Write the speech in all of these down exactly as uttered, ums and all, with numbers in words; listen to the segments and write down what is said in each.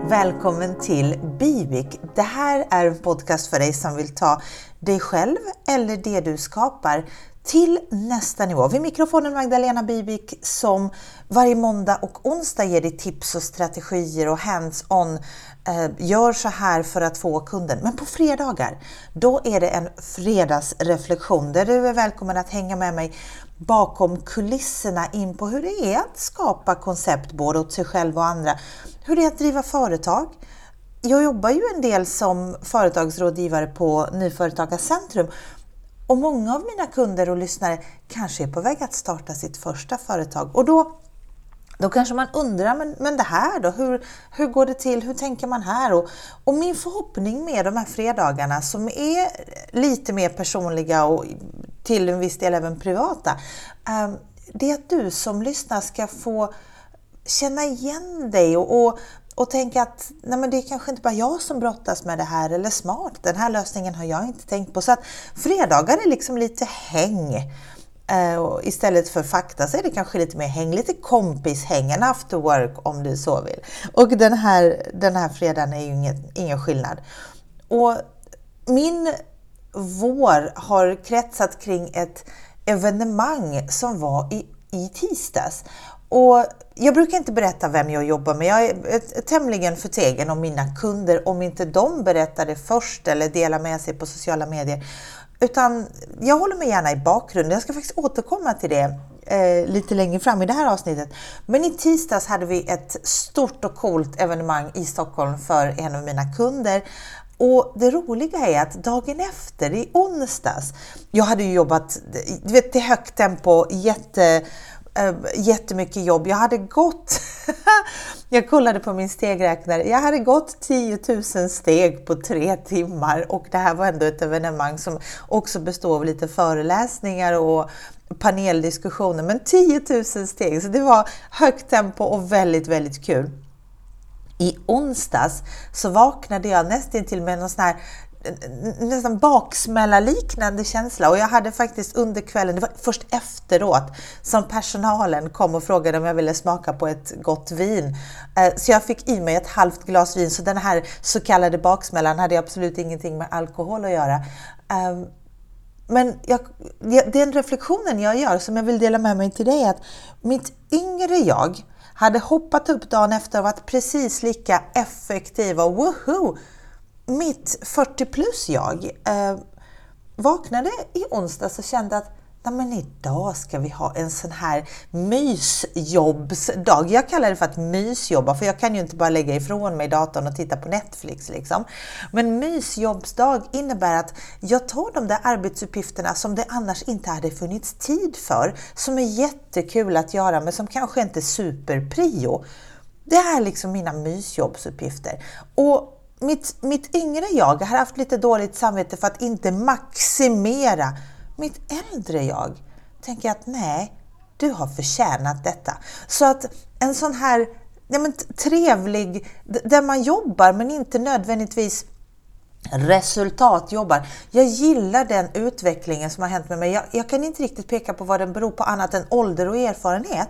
Välkommen till Bivik. Det här är en podcast för dig som vill ta dig själv eller det du skapar till nästa nivå. Vid mikrofonen Magdalena Bivik som varje måndag och onsdag ger dig tips och strategier och hands-on. Eh, gör så här för att få kunden. Men på fredagar, då är det en fredagsreflektion där du är välkommen att hänga med mig bakom kulisserna in på hur det är att skapa koncept både åt sig själv och andra. Hur det är att driva företag. Jag jobbar ju en del som företagsrådgivare på Nyföretagarcentrum. Och många av mina kunder och lyssnare kanske är på väg att starta sitt första företag. Och då, då kanske man undrar, men, men det här då? Hur, hur går det till? Hur tänker man här? Och, och min förhoppning med de här fredagarna som är lite mer personliga och till en viss del även privata. Det är att du som lyssnar ska få känna igen dig och, och, och tänka att nej men det är kanske inte bara jag som brottas med det här eller smart. Den här lösningen har jag inte tänkt på. Så att fredagar är liksom lite häng. Uh, och istället för fakta så är det kanske lite mer häng. Lite kompishäng, en after work om du så vill. Och den här, den här fredagen är ju ingen, ingen skillnad. Och min vår har kretsat kring ett evenemang som var i, i tisdags. Och jag brukar inte berätta vem jag jobbar med. Jag är tämligen förtegen om mina kunder om inte de berättar det först eller delar med sig på sociala medier. Utan jag håller mig gärna i bakgrunden. Jag ska faktiskt återkomma till det eh, lite längre fram i det här avsnittet. Men i tisdags hade vi ett stort och coolt evenemang i Stockholm för en av mina kunder. Och det roliga är att dagen efter, i onsdags, jag hade ju jobbat du vet, i högt tempo, jätte... jättemycket jobb. Jag hade gått jag kollade på min stegräknare. Jag hade gått tio tusen steg på tre timmar och det här var ändå ett evenemang som också består av lite föreläsningar och paneldiskussioner, men tio tusen steg, så det var högt tempo och väldigt väldigt kul. I onsdags så vaknade jag nästan till med någon sån här nästan baksmälla liknande känsla, och jag hade faktiskt under kvällen, det var först efteråt som personalen kom och frågade om jag ville smaka på ett gott vin, så jag fick i mig ett halvt glas vin, så den här så kallade baksmällan hade absolut ingenting med alkohol att göra. Men jag, den reflektionen jag gör som jag vill dela med mig till dig är att mitt yngre jag hade hoppat upp dagen efter och varit precis lika effektiv och woohoo. Mitt fyrtio plus jag eh, vaknade i onsdag och kände att nej men idag ska vi ha en sån här mysjobbsdag. Jag kallar det för att mysjobba, för jag kan ju inte bara lägga ifrån mig datorn och titta på Netflix liksom. Men mysjobbsdag innebär att jag tar de där arbetsuppgifterna som det annars inte hade funnits tid för, som är jättekul att göra men som kanske inte är superprio. Det är liksom mina mysjobbsuppgifter. Och Mitt, mitt yngre jag har haft lite dåligt samvete för att inte maximera. Mitt äldre jag tänker att nej, du har förtjänat detta. Så att en sån här ja, men, trevlig, där man jobbar men inte nödvändigtvis resultatjobbar. Jag gillar den utvecklingen som har hänt med mig. Jag, jag kan inte riktigt peka på vad den beror på annat än ålder och erfarenhet.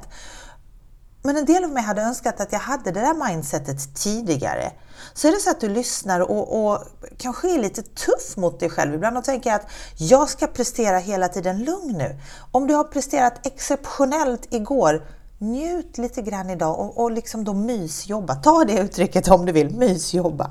Men en del av mig hade önskat att jag hade det där mindsetet tidigare. Så är det så att du lyssnar och, och kanske är lite tuff mot dig själv ibland och tänker att jag ska prestera hela tiden. Lugn nu. Om du har presterat exceptionellt igår, njut lite grann idag och, och liksom då mysjobba. Ta det uttrycket om du vill, mysjobba.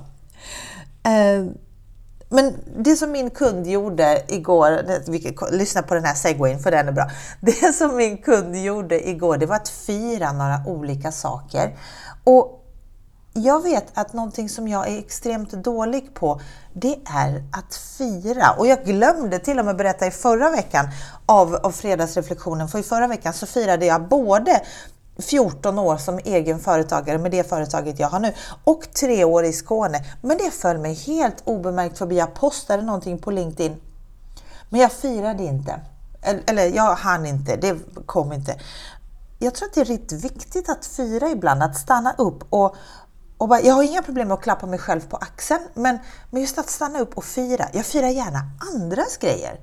Uh, Men det som min kund gjorde igår, vi lyssna på den här segwayn för den är bra. Det som min kund gjorde igår, det var att fira några olika saker. Och jag vet att någonting som jag är extremt dålig på, det är att fira. Och jag glömde till och med berätta i förra veckan av, av fredagsreflektionen. För i förra veckan så firade jag både fjorton år som egen företagare med det företaget jag har nu och tre år i Skåne. Men det föll mig helt obemärkt förbi. Jag postade någonting på LinkedIn. Men jag firade inte. Eller jag hann inte. Det kom inte. Jag tror att det är riktigt viktigt att fira ibland. Att stanna upp och, och bara, jag har inga problem med att klappa mig själv på axeln. Men, men just att stanna upp och fira. Jag firar gärna andras grejer.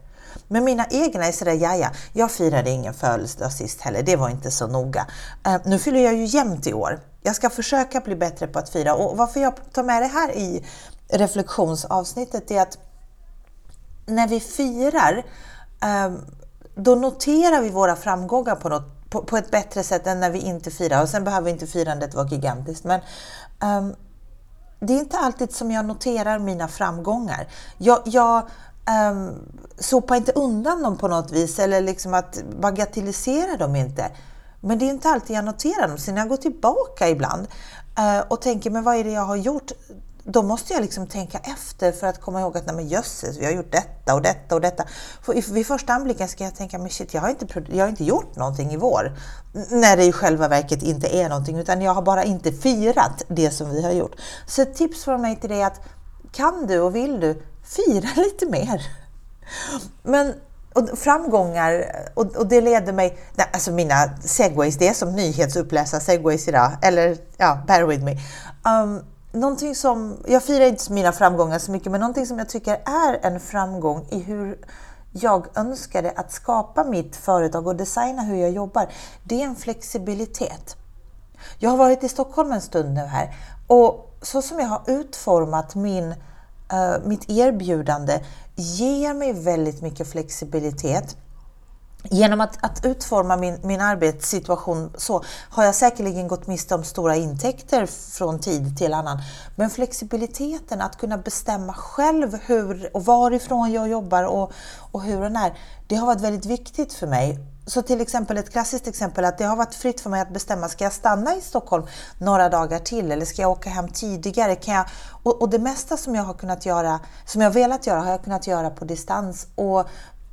Men mina egna är sådär, jaja, jag firade ingen födelsedag sist heller, det var inte så noga. Uh, nu fyller jag ju jämnt i år. Jag ska försöka bli bättre på att fira. Och varför jag tar med det här i reflektionsavsnittet är att när vi firar, um, då noterar vi våra framgångar på, något, på, på ett bättre sätt än när vi inte firar. Och sen behöver inte firandet vara gigantiskt. Men um, det är inte alltid som jag noterar mina framgångar. Jag... jag Um, sopa inte undan dem på något vis eller liksom att bagatellisera dem inte. Men det är inte alltid jag noterar dem. Sen jag går tillbaka ibland uh, och tänker, men vad är det jag har gjort? Då måste jag liksom tänka efter för att komma ihåg att nej men jösses, vi har gjort detta och detta och detta. För vid första anblicken ska jag tänka, men shit, jag har inte, jag har inte gjort någonting i vår. När det i själva verket inte är någonting, utan jag har bara inte firat det som vi har gjort. Så ett tips från mig till dig är att kan du och vill du fira lite mer. Men och framgångar, och, och det leder mig, nej, alltså mina segways, det är som nyhetsuppläsa segways idag, eller ja, bear with me. Um, någonting som, jag firar inte mina framgångar så mycket, men någonting som jag tycker är en framgång i hur jag önskade att skapa mitt företag och designa hur jag jobbar, det är en flexibilitet. Jag har varit i Stockholm en stund nu här, och så som jag har utformat min Uh, mitt erbjudande ger mig väldigt mycket flexibilitet. Genom att, att utforma min, min arbetssituation så har jag säkerligen gått miste om stora intäkter från tid till annan. Men flexibiliteten att kunna bestämma själv hur och varifrån jag jobbar och, och hur och när, det har varit väldigt viktigt för mig. Så till exempel ett klassiskt exempel att det har varit fritt för mig att bestämma, ska jag stanna i Stockholm några dagar till eller ska jag åka hem tidigare? Kan jag, och, och det mesta som jag har kunnat göra, som jag har velat göra, har jag kunnat göra på distans. Och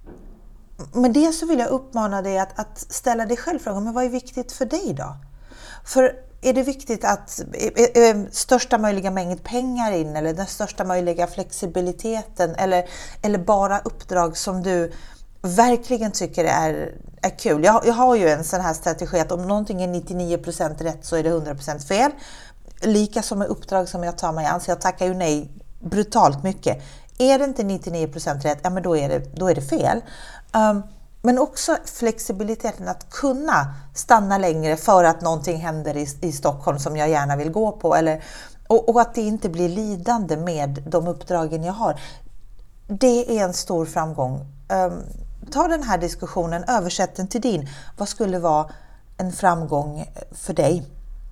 med det så vill jag uppmana dig att, att ställa dig själv frågan, men vad är viktigt för dig då? För är det viktigt att är, är största möjliga mängd pengar in eller den största möjliga flexibiliteten eller, eller bara uppdrag som du verkligen tycker är, är kul. Jag, jag har ju en sån här strategi att om någonting är nittionio procent rätt så är det hundra procent fel. Lika som med uppdrag som jag tar mig an, så jag tackar ju nej brutalt mycket. Är det inte nittionio procent rätt, ja men då är det, då är det fel. Um, men också flexibiliteten att kunna stanna längre för att någonting händer i, i Stockholm som jag gärna vill gå på. Eller, och, och att det inte blir lidande med de uppdragen jag har. Det är en stor framgång. Um, ta den här diskussionen, översätt den till din. Vad skulle vara en framgång för dig?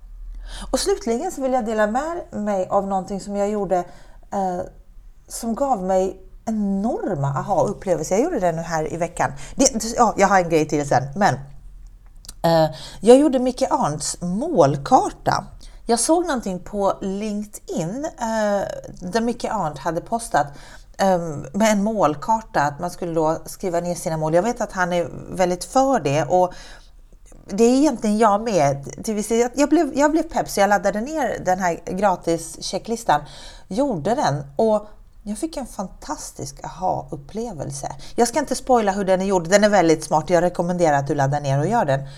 Och slutligen så vill jag dela med mig av någonting som jag gjorde uh, som gav mig enorma aha-upplevelser. Jag gjorde det nu här i veckan. Det, ja, jag har en grej till sen. Men uh, jag gjorde Micke Arndts målkarta. Jag såg någonting på LinkedIn uh, där Micke Arndt hade postat med en målkarta, att man skulle då skriva ner sina mål. Jag vet att han är väldigt för det, och det är egentligen jag med. Jag blev, jag blev pepp, så jag laddade ner den här gratis checklistan, gjorde den, och jag fick en fantastisk aha-upplevelse. Jag ska inte spoila hur den är gjord, den är väldigt smart, jag rekommenderar att du laddar ner och gör den.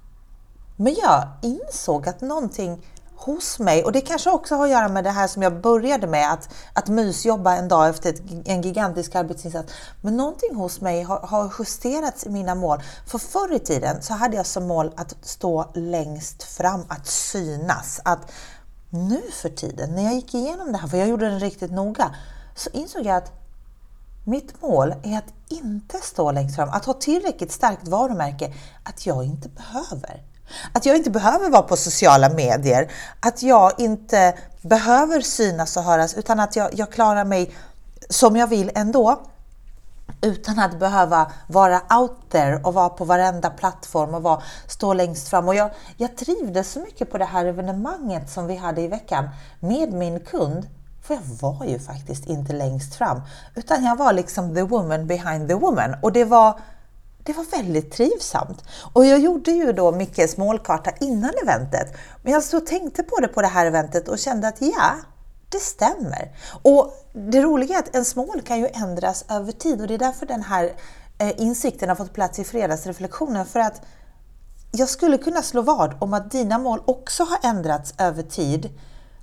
Men jag insåg att någonting hos mig, och det kanske också har att göra med det här som jag började med, att, att mysjobba en dag efter ett, en gigantisk arbetsinsats. Men någonting hos mig har, har justerats i mina mål. För förr i tiden så hade jag som mål att stå längst fram, att synas. Att nu för tiden, när jag gick igenom det här, för jag gjorde det riktigt noga, så insåg jag att mitt mål är att inte stå längst fram. Att ha tillräckligt starkt varumärke att jag inte behöver. Att jag inte behöver vara på sociala medier, att jag inte behöver synas och höras, utan att jag, jag klarar mig som jag vill ändå, utan att behöva vara out there och vara på varenda plattform och vara, stå längst fram. Och jag, jag trivdes så mycket på det här evenemanget som vi hade i veckan med min kund, för jag var ju faktiskt inte längst fram, utan jag var liksom the woman behind the woman, och det var Det var väldigt trivsamt. Och jag gjorde ju då Mickes målkarta innan eventet. Men jag så tänkte på det på det här eventet och kände att ja, det stämmer. Och det roliga är att ens mål kan ju ändras över tid. Och det är därför den här eh, insikten har fått plats i fredagsreflektionen. För att jag skulle kunna slå vad om att dina mål också har ändrats över tid.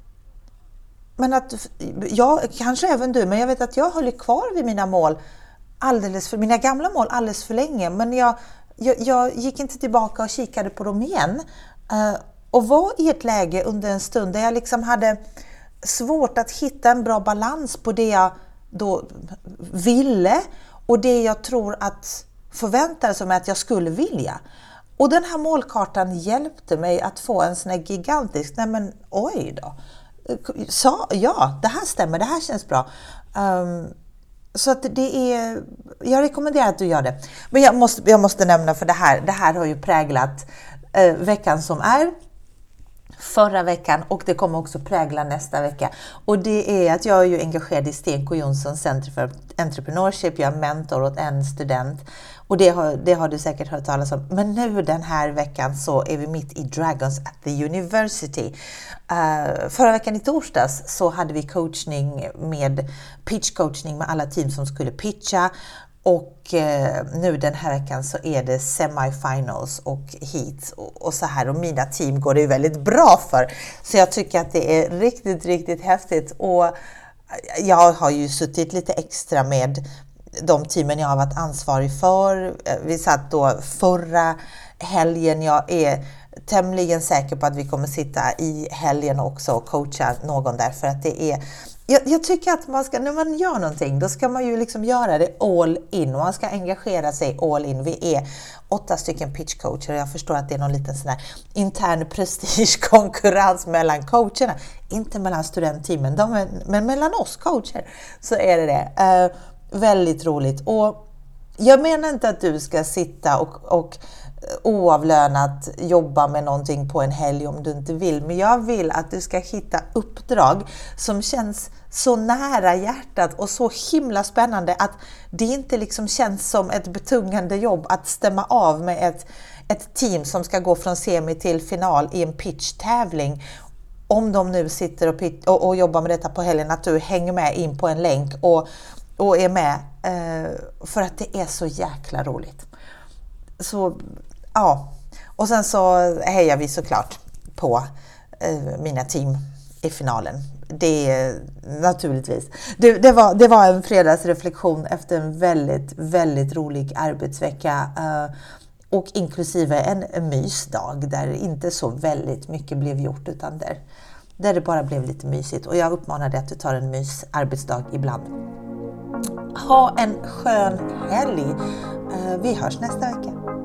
Men att jag, kanske även du, men jag vet att jag håller kvar vid mina mål alldeles för, mina gamla mål alldeles för länge, men jag, jag, jag gick inte tillbaka och kikade på dem igen. Uh, och var i ett läge under en stund där jag liksom hade svårt att hitta en bra balans på det jag då ville och det jag tror att förväntades om att jag skulle vilja. Och den här målkartan hjälpte mig att få en sån här gigantisk, nej men oj då. Så, ja, det här stämmer, det här känns bra. Um, så att det är, jag rekommenderar att du gör det. Men jag måste, jag måste nämna, för det här, det här har ju präglat eh, veckan som är. Förra veckan, och det kommer också prägla nästa vecka. Och det är att jag är ju engagerad i Stenko Jonssons Center för Entrepreneurship. Jag är mentor åt en student. Och det har, det har du säkert hört talas om. Men nu den här veckan så är vi mitt i Dragons at the University. Uh, förra veckan i torsdags så hade vi coachning med pitch coachning med alla team som skulle pitcha. Och eh, nu den här veckan så är det semifinals och heat och, och så här. Och mina team går det ju väldigt bra för. Så jag tycker att det är riktigt, riktigt häftigt. Och jag har ju suttit lite extra med de teamen jag har varit ansvarig för. Vi satt då förra helgen. Jag är tämligen säker på att vi kommer sitta i helgen också och coacha någon där. För att det är... Jag, jag tycker att man ska, när man gör någonting, då ska man ju liksom göra det all in. Och man ska engagera sig all in. Vi är åtta stycken pitchcoacher och jag förstår att det är någon liten sån här intern prestigekonkurrens mellan coacherna. Inte mellan studentteamen, de är, men mellan oss coacher så är det det. Uh, väldigt roligt. Och jag menar inte att du ska sitta och, och oavlönat jobba med någonting på en helg om du inte vill. Men jag vill att du ska hitta uppdrag som känns så nära hjärtat och så himla spännande att det inte liksom känns som ett betungande jobb att stämma av med ett, ett team som ska gå från semi till final i en pitch-tävling. Om de nu sitter och, pitch, och, och jobbar med detta på helgen, att du hänger med in på en länk och, och är med eh, för att det är så jäkla roligt. Så ja, och sen så hejar vi såklart på eh, mina team i finalen. Det är naturligtvis. Det, det, var, det var en fredagsreflektion efter en väldigt, väldigt rolig arbetsvecka eh, och inklusive en, en mysdag där inte så väldigt mycket blev gjort utan där, där det bara blev lite mysigt. Och jag uppmanar dig att du tar en mysarbetsdag ibland. Ha en skön helg. Eh, vi hörs nästa vecka.